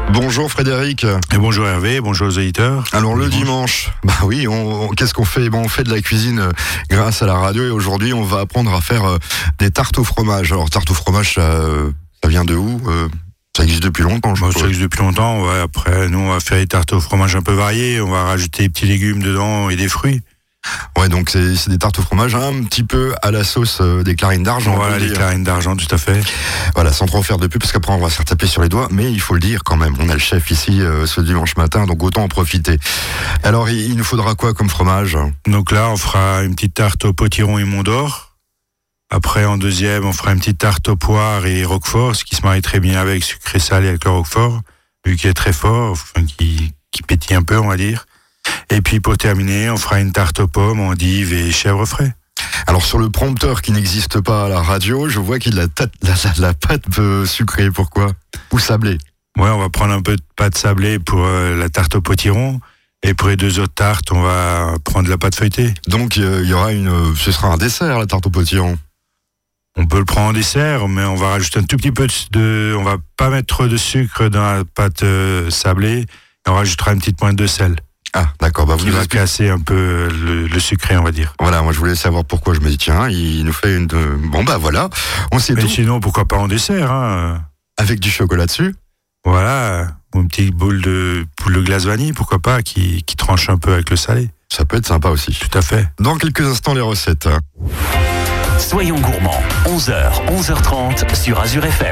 Bonjour Frédéric. Et bonjour Hervé, bonjour aux auditeurs. Alors le dimanche, oui, qu'est-ce qu'on fait ? On fait de la cuisine grâce à la radio et aujourd'hui on va apprendre à faire des tartes au fromage. Alors tarte au fromage, ça vient de où ? Ça existe depuis longtemps, je Ça existe depuis longtemps, ouais. Après, nous on va faire des tartes au fromage un peu variées, on va rajouter des petits légumes dedans et des fruits. Ouais, donc c'est des tartes au fromage un petit peu à la sauce des clarines d'argent. Voilà, les clarines d'argent, tout à fait. Voilà, sans trop faire de pub, parce qu'après on va se faire taper sur les doigts, mais il faut le dire quand même, on a le chef ici ce dimanche matin, donc autant en profiter. Alors, il nous faudra quoi comme fromage ? Donc là, on fera une petite tarte au potiron et Mont d'Or. Après, en deuxième, on fera une petite tarte aux poires et roquefort, ce qui se marie très bien avec sucré salé avec le roquefort, vu qu'il est très fort, enfin, qui pétille un peu, on va dire. Et puis pour terminer, on fera une tarte aux pommes, endives et chèvre frais. Alors sur le prompteur qui n'existe pas à la radio, je vois qu'il a la pâte sucrée, pourquoi ? Ou sablée ? Ouais, on va prendre un peu de pâte sablée pour la tarte au potiron. Et pour les deux autres tartes, on va prendre la pâte feuilletée. Donc il y aura ce sera un dessert, la tarte au potiron. On peut le prendre en dessert, mais on va rajouter un tout petit peu on va pas mettre trop de sucre dans la pâte sablée. Et on rajoutera une petite pointe de sel. Ah, d'accord. Bah, qui va casser un peu le sucré, on va dire. Voilà, moi je voulais savoir pourquoi. Je me dis, tiens, il nous fait Bon, bah voilà, on sait tout. Mais sinon, pourquoi pas en dessert, hein. Avec du chocolat dessus. Voilà, ou une petite boule de glace vanille, pourquoi pas, qui tranche un peu avec le salé. Ça peut être sympa aussi. Tout à fait. Dans quelques instants, les recettes. Soyons gourmands, 11h, 11h30 sur Azure FM.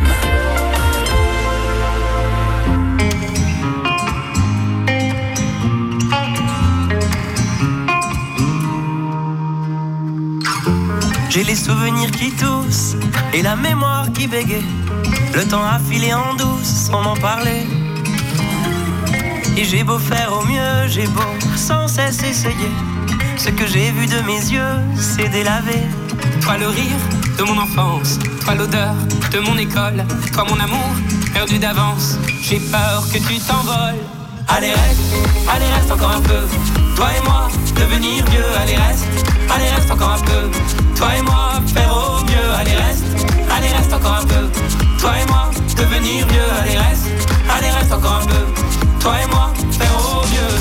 J'ai les souvenirs qui toussent et la mémoire qui bégaye. Le temps a filé en douce sans m'en parler. Et j'ai beau faire au mieux, j'ai beau sans cesse essayer. Ce que j'ai vu de mes yeux, c'est délavé. Toi le rire de mon enfance, toi l'odeur de mon école, toi mon amour perdu d'avance. J'ai peur que tu t'envoles. Allez reste encore un peu. Toi et moi, devenir vieux, allez reste encore un peu. Toi et moi, faire au mieux, allez reste encore un peu. Toi et moi, devenir vieux, allez reste encore un peu. Toi et moi, faire au mieux.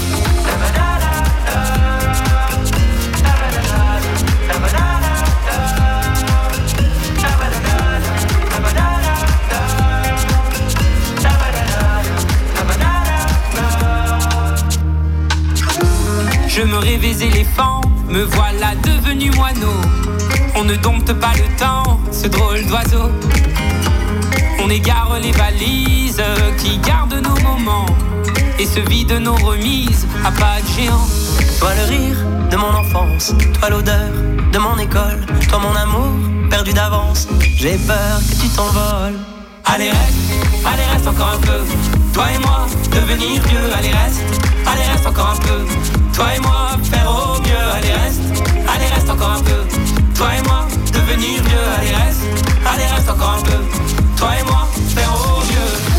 Je me rêvais éléphant, me voilà devenu moineau. On ne dompte pas le temps, ce drôle d'oiseau. On égare les valises qui gardent nos moments et se vide nos remises à pas de géant. Toi le rire de mon enfance, toi l'odeur de mon école, toi mon amour perdu d'avance. J'ai peur que tu t'envoles. Allez reste encore un peu. Toi et moi, devenir vieux, allez reste encore un peu. Toi et moi, faire au mieux, allez reste encore un peu. Toi et moi, devenir vieux, allez reste encore un peu. Toi et moi, faire au mieux.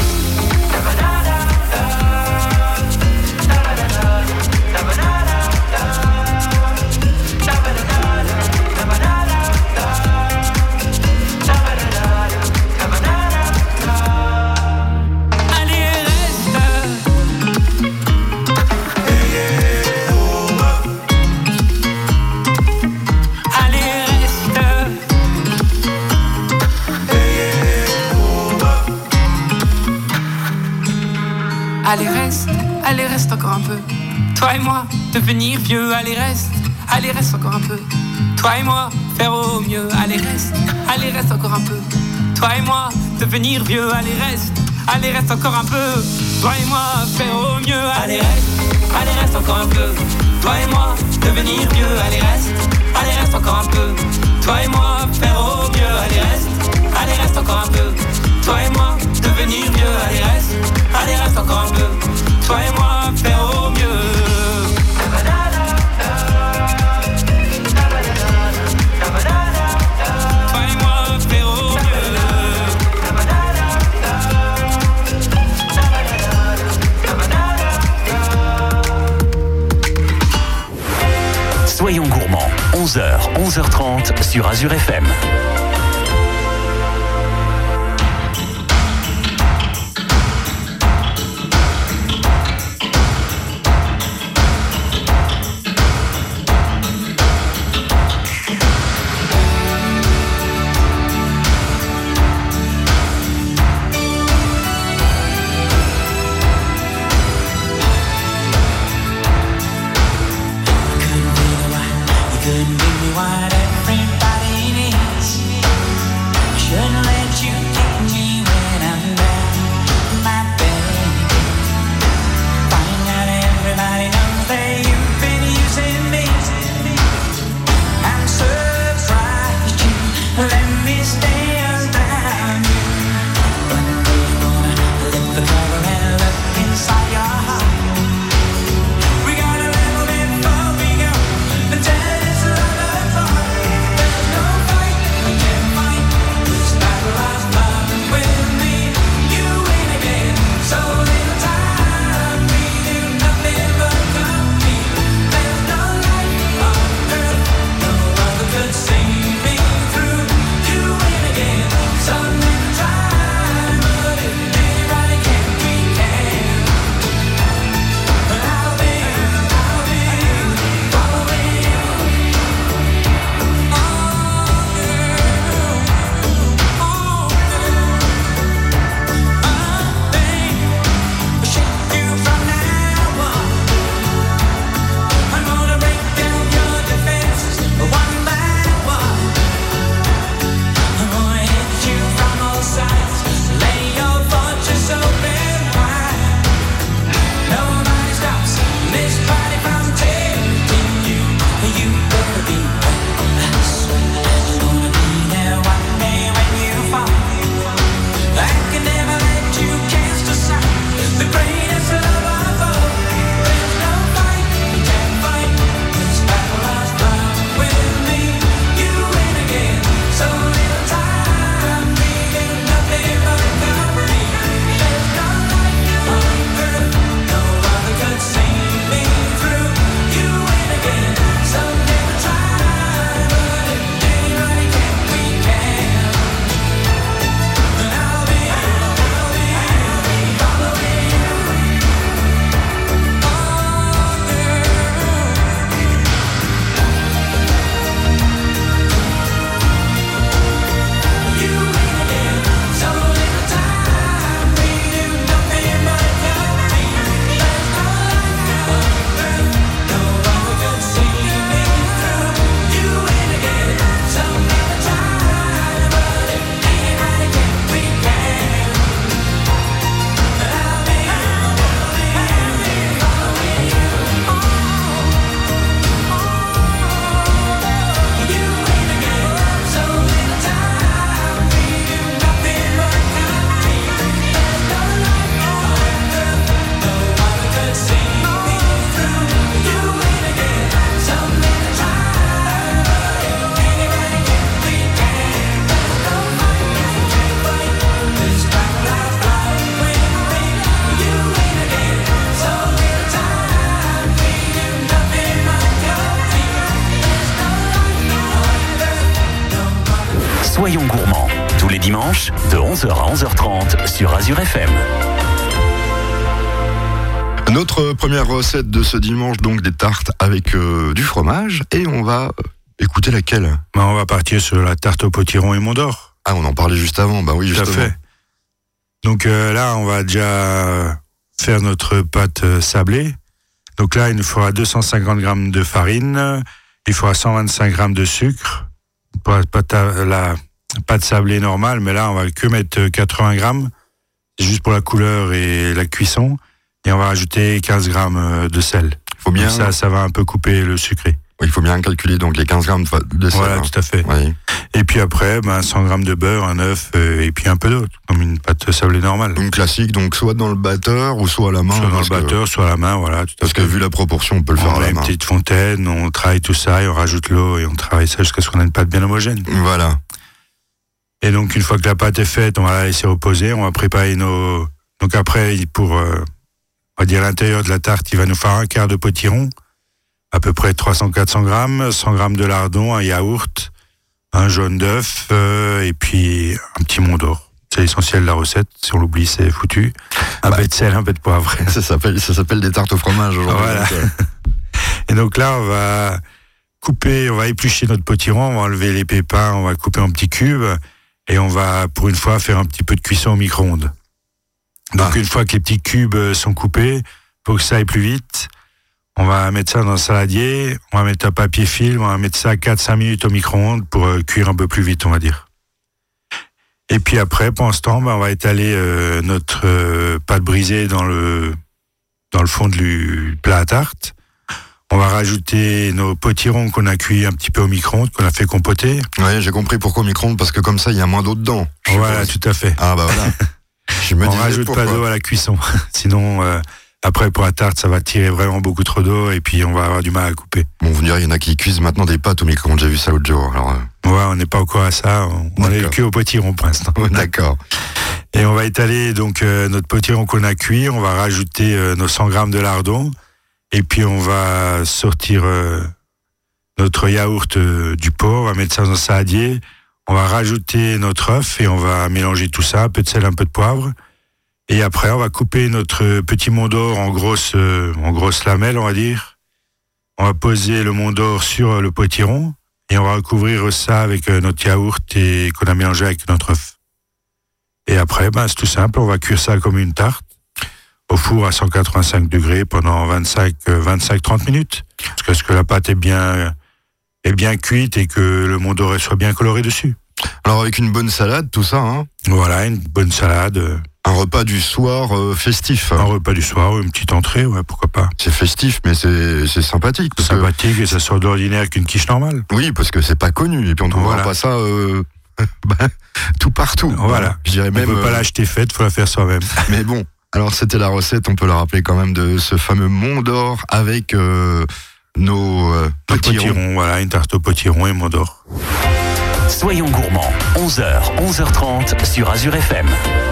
Allez reste encore un peu. Toi et moi, devenir vieux, allez reste encore un peu. Toi et moi, faire au mieux, allez reste encore un peu. Toi et moi, devenir vieux, allez reste encore un peu. Toi et moi, faire au mieux, allez reste encore un peu. Toi et moi, devenir vieux, allez reste encore un peu. Toi et moi, faire au mieux, allez reste encore un peu. Toi et moi, devenir vieux, allez reste encore un peu. Toi et moi, faire au mieux. Toi et moi, faire au mieux. Soyons gourmands, 11h, 11h30 sur Azure FM. Soyons gourmands, tous les dimanches, de 11h à 11h30 sur Azure FM. Notre première recette de ce dimanche, donc des tartes avec du fromage. Et on va écouter laquelle ? On va partir sur la tarte au potiron et Mont d'Or. Ah, on en parlait juste avant, bah oui, Tout à justement. fait. Donc là, on va déjà faire notre pâte sablée. Donc là, il nous faudra 250 grammes de farine, il faudra 125 grammes de sucre, pour la pâte sablée normale, mais là, on va que mettre 80 grammes, c'est juste pour la couleur et la cuisson, et on va rajouter 15 grammes de sel. Faut bien... Donc ça va un peu couper le sucré. Oui, il faut bien calculer donc les 15 grammes de sel. Voilà, hein. tout à fait. Oui. Et puis après, 100 grammes de beurre, un œuf, et puis un peu d'eau, comme une pâte sablée normale. Donc classique, donc soit dans le batteur ou soit à la main. Soit dans le batteur, soit à la main, voilà. Tout à parce fait. que vu la proportion, on peut le faire On à met la une main. petite fontaine, on travaille tout ça, et on rajoute l'eau, et on travaille ça jusqu'à ce qu'on ait une pâte bien homogène. Voilà. Et donc, une fois que la pâte est faite, on va la laisser reposer, on va préparer nos... Donc après, pour, on va dire l'intérieur de la tarte, il va nous faire un quart de potiron, à peu près 300-400 grammes, 100 grammes de lardon, un yaourt, un jaune d'œuf, et puis un petit Mont d'Or. C'est l'essentiel de la recette. Si on l'oublie, c'est foutu. Un peu de sel, un peu de poivre. Ça s'appelle des tartes au fromage aujourd'hui. Voilà. Donc, Et donc là, on va couper, on va éplucher notre potiron, on va enlever les pépins, on va couper en petits cubes, et on va, pour une fois, faire un petit peu de cuisson au micro-ondes. Donc une fois que les petits cubes sont coupés, pour que ça aille plus vite, on va mettre ça dans un saladier, on va mettre un papier film, on va mettre ça 4-5 minutes au micro-ondes pour cuire un peu plus vite, on va dire. Et puis après, pendant ce temps, on va étaler notre pâte brisée dans le fond du plat à tarte. On va rajouter nos potirons qu'on a cuits un petit peu au micro-ondes, qu'on a fait compoter. ouais, j'ai compris pourquoi au micro-ondes, parce que comme ça, il y a moins d'eau dedans. je Voilà, suppose. tout à fait. Ah bah voilà. Je me On disais rajoute pourquoi. pas d'eau à la cuisson. Sinon, après, pour la tarte, ça va tirer vraiment beaucoup trop d'eau et puis on va avoir du mal à couper. Bon, vous direz, il y en a qui cuisent maintenant des pâtes au micro-ondes. J'ai vu ça l'autre jour. Alors, Ouais, on n'est pas encore à ça. On est D'accord. que au potiron pour l'instant. d'accord. Et on va étaler donc notre potiron qu'on a cuit. On va rajouter nos 100 grammes de lardon. Et puis on va sortir notre yaourt du pot. On va mettre ça dans un saladier. On va rajouter notre œuf et on va mélanger tout ça. Un peu de sel, un peu de poivre. Et après, on va couper notre petit Mont d'Or en grosses lamelles, on va dire. On va poser le Mont d'Or sur le potiron et on va recouvrir ça avec notre yaourt et qu'on a mélangé avec notre œuf. Et après, c'est tout simple, on va cuire ça comme une tarte au four à 185 degrés pendant 25-30 minutes. Parce que la pâte est bien cuite et que le Mont d'Or soit bien coloré dessus. Alors avec une bonne salade, tout ça, hein. Voilà, une bonne salade. Un repas du soir festif. Un repas du soir, une petite entrée, ouais, pourquoi pas. C'est festif, mais c'est sympathique. C'est parce que- sympathique et ça sort d'ordinaire qu'une quiche normale. Oui, parce que c'est pas connu. Et puis on ne trouvera Voilà. pas ça tout partout. Voilà. Je dirais On même. ne peut pas l'acheter faite, faut la faire soi-même. Mais bon, Alors c'était la recette, on peut la rappeler quand même, de ce fameux Mont d'Or avec nos potirons. Voilà, une tarte au potiron et Mont d'Or. Soyons gourmands, 11h, 11h30 sur Azure FM.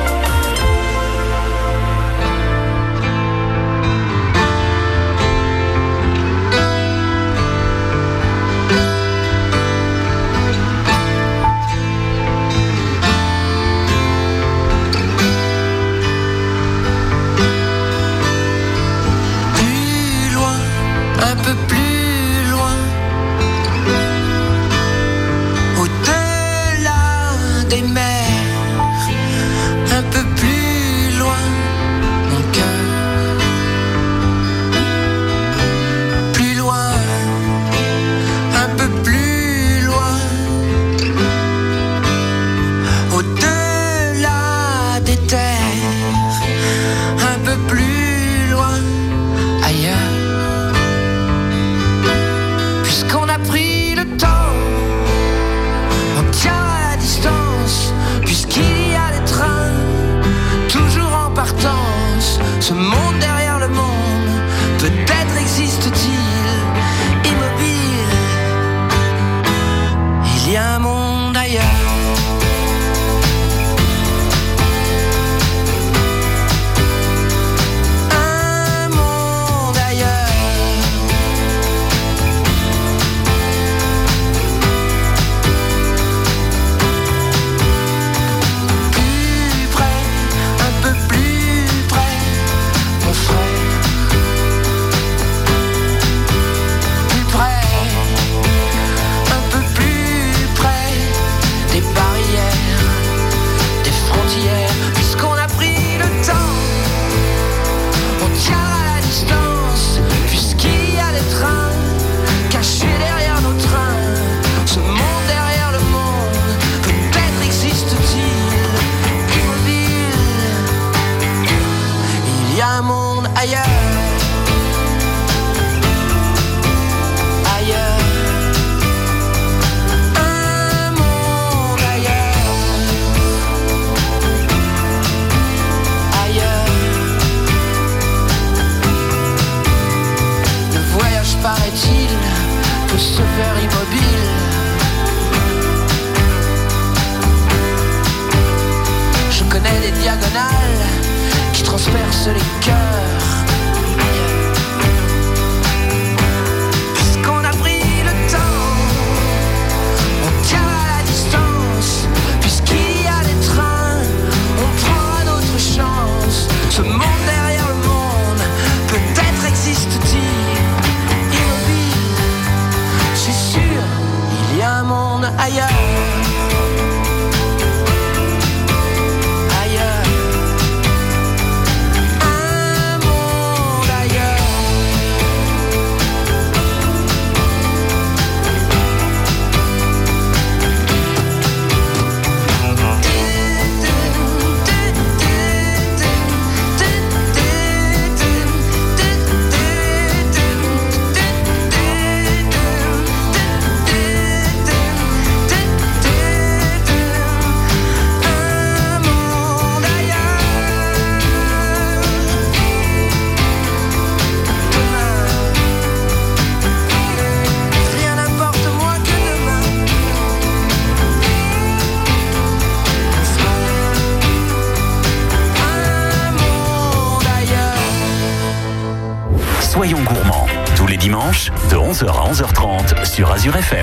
Ce monde derrière le monde, peut-être existe-t-il immobile. Il y a un monde ailleurs. Un monde ailleurs. Plus près, un peu plus près. Mon frère, plus près, un peu plus près des barrières, des frontières, puisqu'on a pris le temps, on tient à la distance, puisqu'il y a des trains cachés derrière nos trains, ce monde derrière le monde, peut-être existe-t-il immobile. Il y a un monde ailleurs. Ailleurs. Un monde ailleurs. Ailleurs. Le voyage, paraît-il, peut se faire immobile. Je connais des diagonales qui transpercent les cœurs. Puisqu'on a pris le temps, on tient à la distance. Puisqu'il y a des trains, on prend notre chance. Ce monde derrière le monde, peut-être existe-t-il immobile. C'est sûr, il y a un monde ailleurs. Soyons gourmands, tous les dimanches, de 11h à 11h30 sur Azure FM.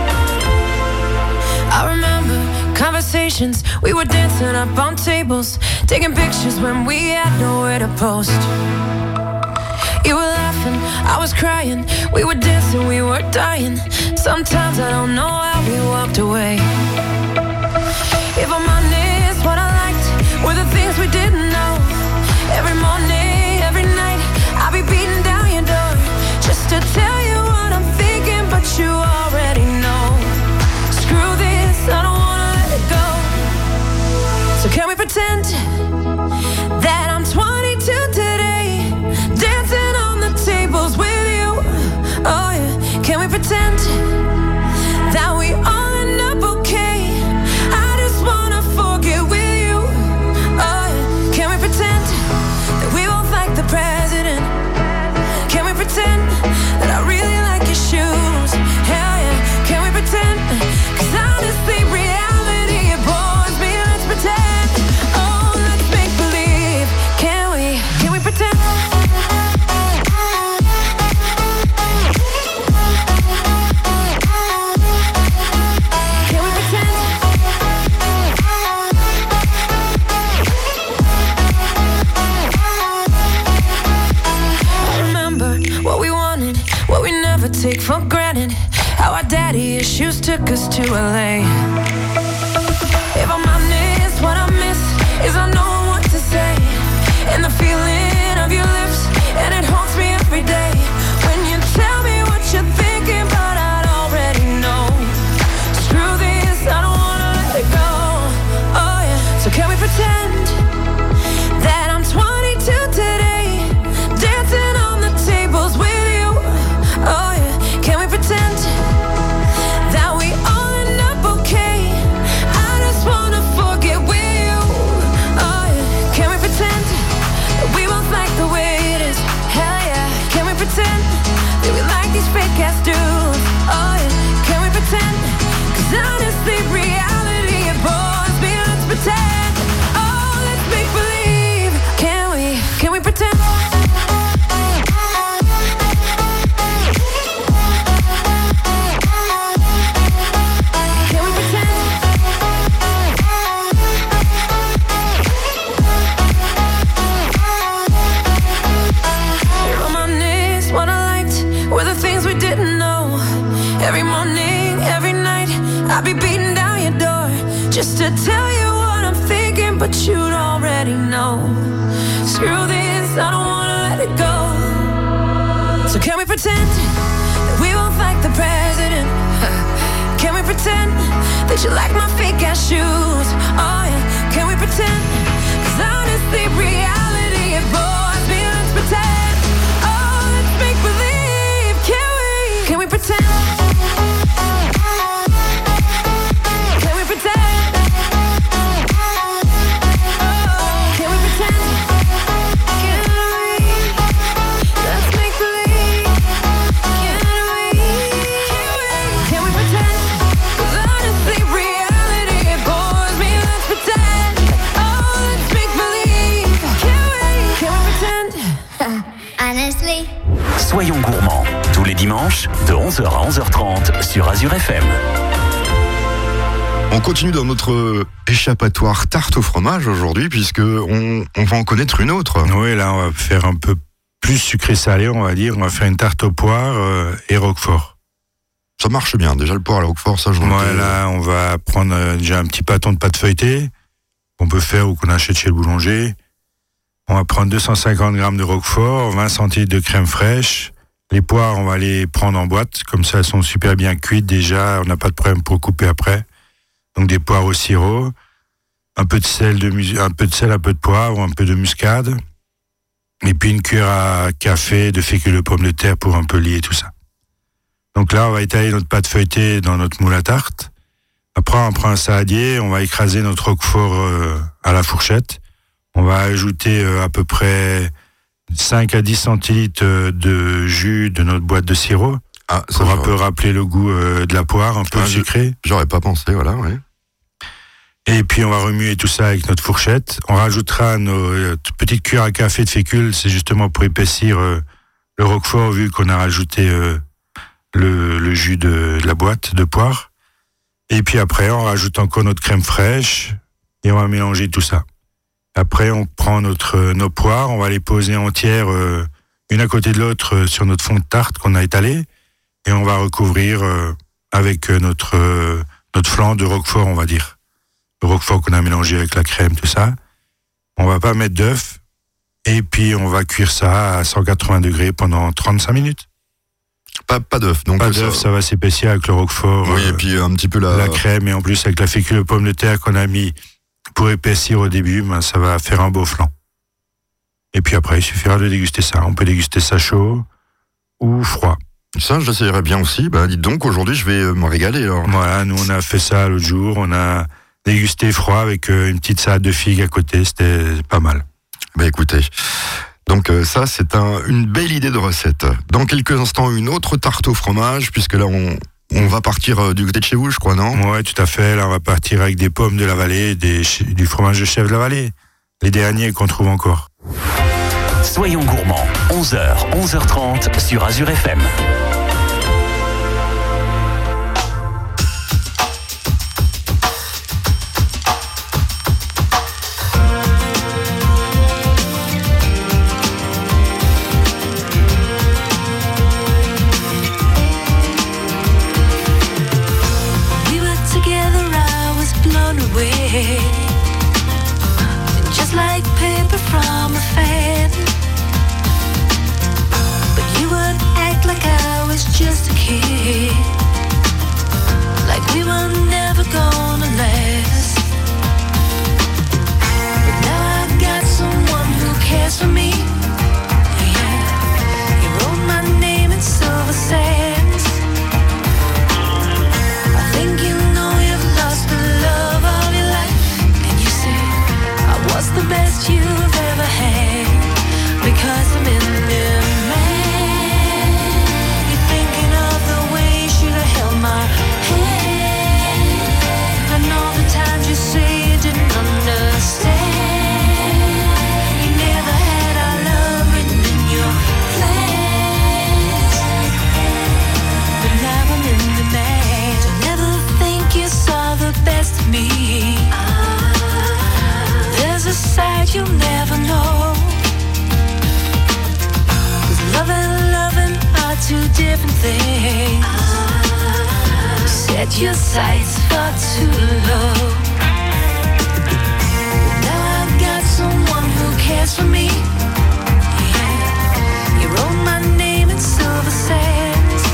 I remember conversations, we were dancing up on tables, taking pictures when we had nowhere to post. You were laughing, I was crying, we were dancing, we were dying. Sometimes I don't know how we walked away. If I'm honest, what I liked were the things we didn't know. Every morning, every night, I'll be beating down your door just to tell you what I'm thinking, but you already know. Screw this, I don't wanna let it go. So can we pretend that I'm 22 today, dancing on the tables with you? Oh yeah, can we pretend that we all end up okay? I just wanna forget with you. Oh yeah, can we take for granted how our daddy issues took us to LA. If I'm honest, what I miss is I know what to say, and the feeling of your lips, and it haunts me every day. When you tell me what you're thinking, but I'd already know. Screw this, I don't wanna let it go. Oh yeah, so can we pretend that I'm 22 today, dancing on the tables with you? Oh yeah, can we pretend that we all end up okay? I just wanna forget with you. Oh yeah, can we pretend that we both like the way it is? Hell yeah, can we pretend that we like these fake ass dudes? Oh yeah, can we pretend? 'Cause honestly, reality it bores me. Let's pretend. Oh, let's make believe. Can we? Can we pretend? Can we pretend? If I'm honest, what I liked were the things we didn't know. Every morning, every night, I'd be beating down your door just to tell you what I'm thinking, but you'd already know. Screw this, I don't wanna let it go. So can we pretend that we both like the president? Can we pretend that you like my fake ass shoes? Oh yeah, can we pretend? 'Cause honestly, reality it bores me. Let's pretend. Oh, let's make believe. Can we? Can we pretend? Can we pretend? Oh, can we pretend? Can we? Let's make believe. Can we? Can we pretend? 'Cause honestly, reality it bores me. Let's pretend. Oh, let's make believe. Can we? Can we pretend? Honestly. Soyons gourmands, tous les dimanches, de 11h à 11h30 sur Azure FM. On continue dans notre échappatoire tarte au fromage aujourd'hui, puisque on va en connaître une autre. Oui, là, on va faire un peu plus sucré-salé, on va dire. On va faire une tarte aux poires et roquefort. Ça marche bien, déjà le poire à la roquefort, ça j'en Ouais, là, on va prendre déjà un petit bâton de pâte feuilletée qu'on peut faire ou qu'on achète chez le boulanger. On va prendre 250 grammes de roquefort, 20 centilitres de crème fraîche. Les poires, on va les prendre en boîte, comme ça elles sont super bien cuites déjà, on n'a pas de problème pour couper après. Donc des poires au sirop, un peu de sel, un peu de poivre, un peu de muscade, et puis une cuillère à café de fécule de pommes de terre pour un peu lier tout ça. Donc là, on va étaler notre pâte feuilletée dans notre moule à tarte. Après, on prend un saladier, on va écraser notre roquefort à la fourchette. On va ajouter à peu près 5 à 10 centilitres de jus de notre boîte de sirop. Ah, ça, pour un peu rappeler le goût de la poire, un peu sucré. J'aurais pas pensé, voilà, ouais. Et puis on va remuer tout ça avec notre fourchette. On rajoutera nos petites cuillères à café de fécule, c'est justement pour épaissir le roquefort, vu qu'on a rajouté le jus de la boîte de poire. Et puis après, on rajoute encore notre crème fraîche et on va mélanger tout ça. Après, on prend nos poires, on va les poser entières, une à côté de l'autre, sur notre fond de tarte qu'on a étalé. Et on va recouvrir avec notre flan de roquefort, on va dire. Le roquefort qu'on a mélangé avec la crème, tout ça. On va pas mettre d'œuf. Et puis, on va cuire ça à 180 degrés pendant 35 minutes. Pas d'œuf. Donc pas d'œuf, ça va s'épaissir avec le roquefort. Oui, et puis un petit peu la crème. Et en plus, avec la fécule de pommes de terre qu'on a mis pour épaissir au début, ben, ça va faire un beau flan. Et puis après, il suffira de déguster ça. On peut déguster ça chaud ou froid. Ça, j'essayerais bien aussi. Bah, dites donc, aujourd'hui, je vais me régaler. Alors. Voilà, nous, on a fait ça l'autre jour. On a dégusté froid avec une petite salade de figues à côté. C'était pas mal. Bah, écoutez. Donc, ça, c'est une belle idée de recette. Dans quelques instants, une autre tarte au fromage, puisque là, on va partir du côté de chez vous, je crois, non? Ouais, tout à fait. Là, on va partir avec des pommes de la vallée, du fromage de chèvre de la vallée. Les derniers qu'on trouve encore. Soyons gourmands, 11h, 11h30 sur Azure FM. set your sights far too low. Now I got someone who cares for me. Yeah. You wrote my name in silver sands.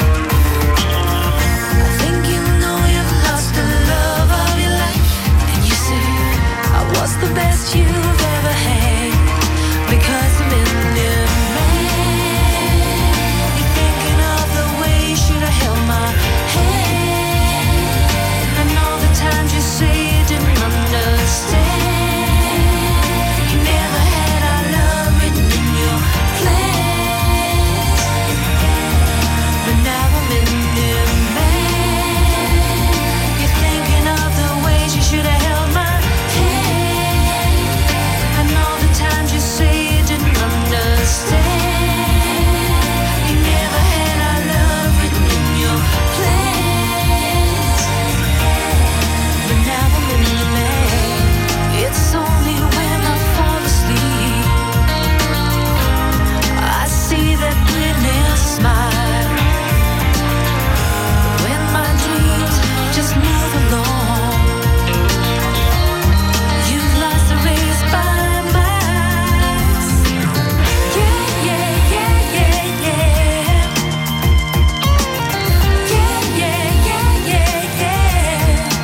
I think you know you've lost the love of your life. And you say I was the best you've ever had. Because I'm in your man. You're thinking of the way you should have held my hand. And all the times you say you didn't understand. You never had our love written in your plans. But now I'm in your man. You're thinking of the ways you should have held my hand. And all the times you say you didn't understand. You never had our love written in your plans. But now I'm in the land. It's only when I fall asleep I see that witness smile. When my dreams just move along, you've lost the race by miles. Yeah, yeah, yeah, yeah, yeah. Yeah, yeah, yeah, yeah, yeah.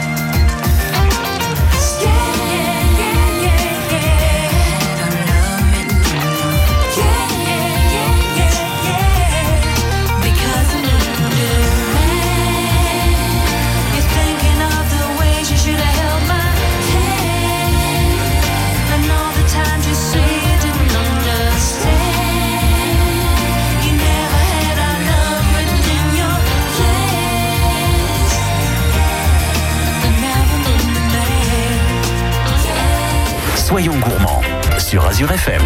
Yeah, yeah, yeah, yeah, yeah. Our love in yeah, yeah, yeah, yeah, yeah. Because I'm in your man. You're thinking of the ways you should have held my hand. And all the times you say you didn't understand. You never had our love written in your plans. But now I'm in the man. Soyons gourmands sur Azure FM.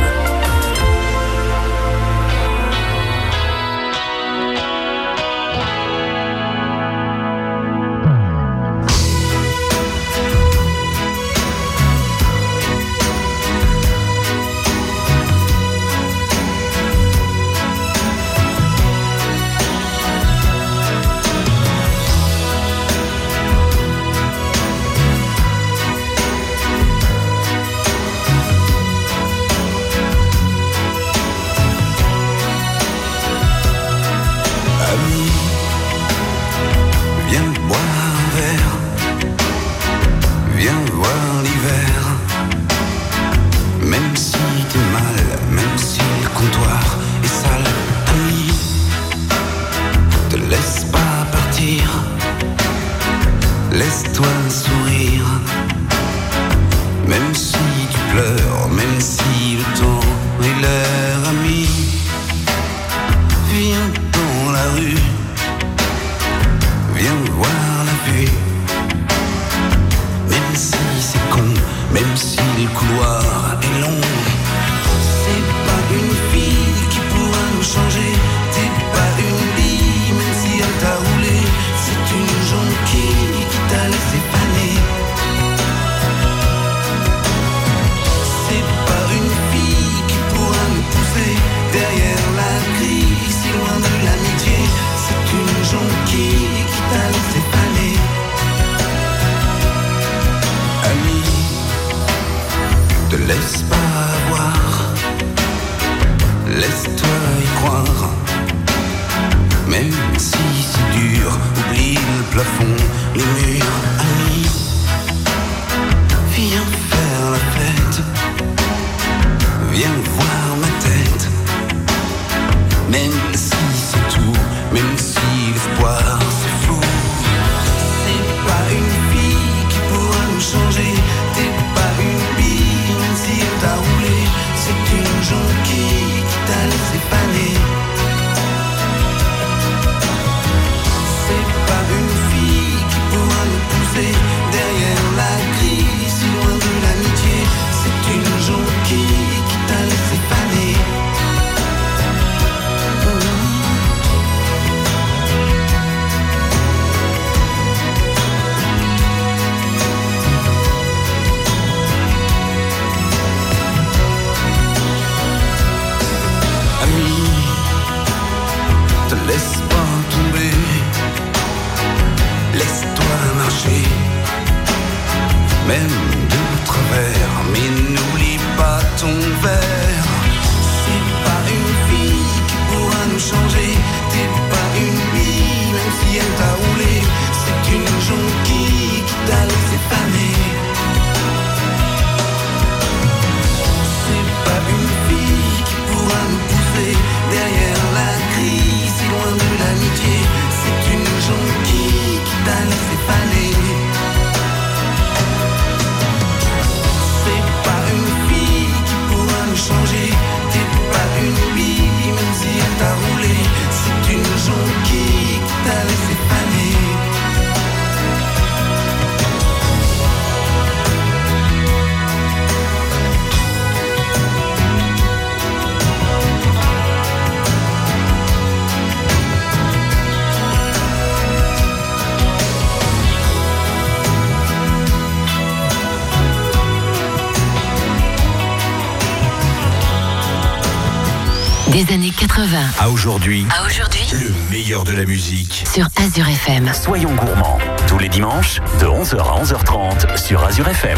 Ami, viens boire un verre, viens voir l'hiver. Même si t'es mal, même si le comptoir est sale, ami, te laisse pas partir, laisse-toi sourire. Même si tu pleures, même si le temps est l'air, ami, viens dans la rue, viens voir la vue. Même si c'est con, même si le couloir est long, c'est pas une fille qui pourra nous changer. T'es pas une bille, même si elle t'a roulé. C'est une jonquille qui t'a laissé paner. C'est pas une fille qui pourra nous pousser derrière la grille, si loin de l'amitié. C'est une jonquille qui t'a laissé paner. Ami, te laisse pas avoir, laisse-toi y croire. Même si c'est dur, oublie le plafond, les murs. Ami, viens faire la fête, viens voir ma tête. Même si c'est tout, même si l'espoir c'est flou, c'est pas une fille qui pourra nous changer. T'es pas une bille, même si elle t'a roulé. C'est une jonquille qui t'a laissé paner. C'est pas une fille qui pourra nous pousser derrière t'a laissé faner. Des années 80 À aujourd'hui, le meilleur de la musique. sur Azure FM. Soyons gourmands. Tous les dimanches, de 11h à 11h30 sur Azure FM.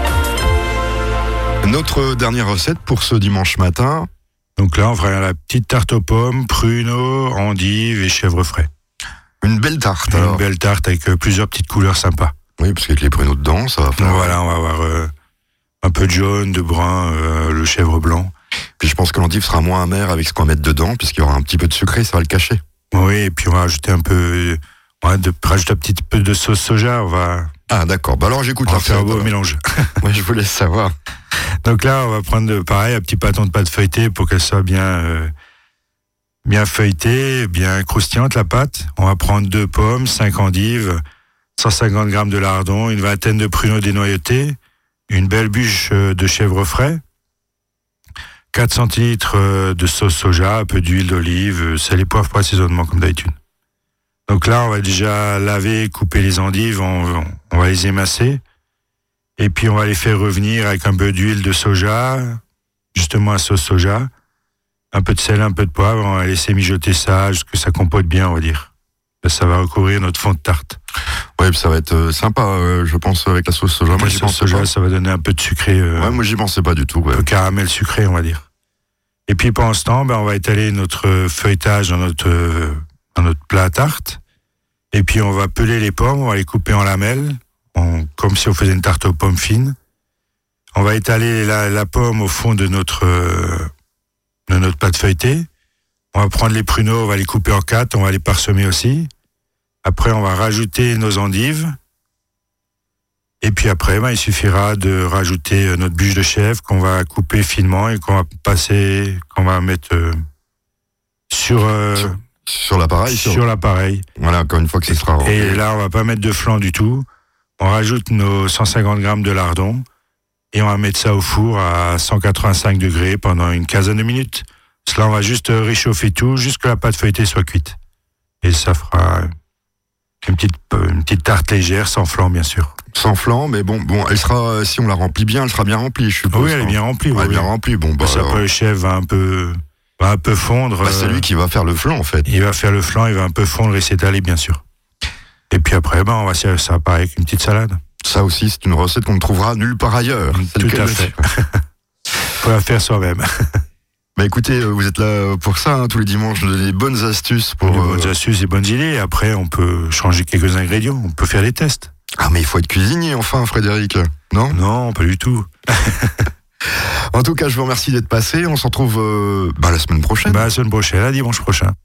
Notre dernière recette pour ce dimanche matin. Donc là, on fera la petite tarte aux pommes, pruneaux, endives et chèvre frais. Une belle tarte, Une alors. belle tarte avec plusieurs petites couleurs sympas. Oui, parce qu'avec les pruneaux dedans, ça va faire... Donc voilà, on va avoir un peu de jaune, de brun, le chèvre blanc. Puis je pense que l'endive sera moins amère avec ce qu'on va mettre dedans, puisqu'il y aura un petit peu de sucré, ça va le cacher. Oui, et puis on va rajouter un peu... rajouter un petit peu de sauce soja, on va D'accord, bah alors j'écoute la faire un recette. beau alors. mélange. Ouais, je vous laisse savoir. Donc là, on va prendre pareil un petit bâton de pâte feuilletée pour qu'elle soit bien feuilletée, bien croustillante la pâte. On va prendre 2 pommes, 5 endives, 150 grammes de lardons, une vingtaine de pruneaux dénoyautés, une belle bûche de chèvre frais, 4 centilitres de sauce soja, un peu d'huile d'olive, sel et poivre pour assaisonnement comme d'habitude. Donc là, on va déjà laver, couper les endives, on va les émasser. Et puis on va les faire revenir avec un peu d'huile de soja, justement la sauce soja, un peu de sel, un peu de poivre. On va laisser mijoter ça jusqu'à ce que ça compote bien, on va dire. Là, ça va recouvrir notre fond de tarte. Ouais, puis ça va être sympa, je pense, avec la sauce soja. Moi, La j'y sauce pensais soja, pas. ça va donner un peu de sucré, Ouais, moi, j'y pensais pas du tout. Ouais. un peu caramel sucré, on va dire. Et puis pendant ce temps, on va étaler notre feuilletage dans notre plat à tarte. Et puis on va peler les pommes, on va les couper en lamelles, comme si on faisait une tarte aux pommes fines. On va étaler la pomme au fond de notre pâte feuilletée. On va prendre les pruneaux, on va les couper en 4, on va les parsemer aussi. Après, on va rajouter nos endives. Et puis après, il suffira de rajouter notre bûche de chèvre qu'on va couper finement et qu'on va mettre Sur l'appareil. sur l'appareil. Voilà, encore une fois que ce sera... Et là, on va pas mettre de flan du tout. On rajoute nos 150 grammes de lardons et on va mettre ça au four à 185 degrés pendant une quinzaine de minutes. Cela, on va juste réchauffer tout jusqu'à la pâte feuilletée soit cuite. Et ça fera une petite tarte légère, sans flan, bien sûr. Sans flan, mais bon, elle sera, si on la remplit bien, elle sera bien remplie, je suppose. Oui, elle est bien remplie. Elle est oui. bien remplie, bon, bah, Parce alors, qu'après, le chef va un peu fondre. bah, c'est lui qui va faire le flan, en fait. Il va faire le flan, il va un peu fondre et s'étaler, bien sûr. Et puis après, on va servir ça pareil avec une petite salade. Ça aussi, c'est une recette qu'on ne trouvera nulle part ailleurs. C'est le Tout cas à de fait. dire. Faut la faire soi-même. Bah écoutez, vous êtes là pour ça, tous les dimanches, nous donner des bonnes astuces pour... Des bonnes astuces et bonnes idées. Après, on peut changer quelques ingrédients. On peut faire des tests. Ah, mais il faut être cuisinier, enfin, Frédéric, non? Non, pas du tout. En tout cas, je vous remercie d'être passé. On se retrouve la semaine prochaine. La semaine prochaine, à dimanche prochain.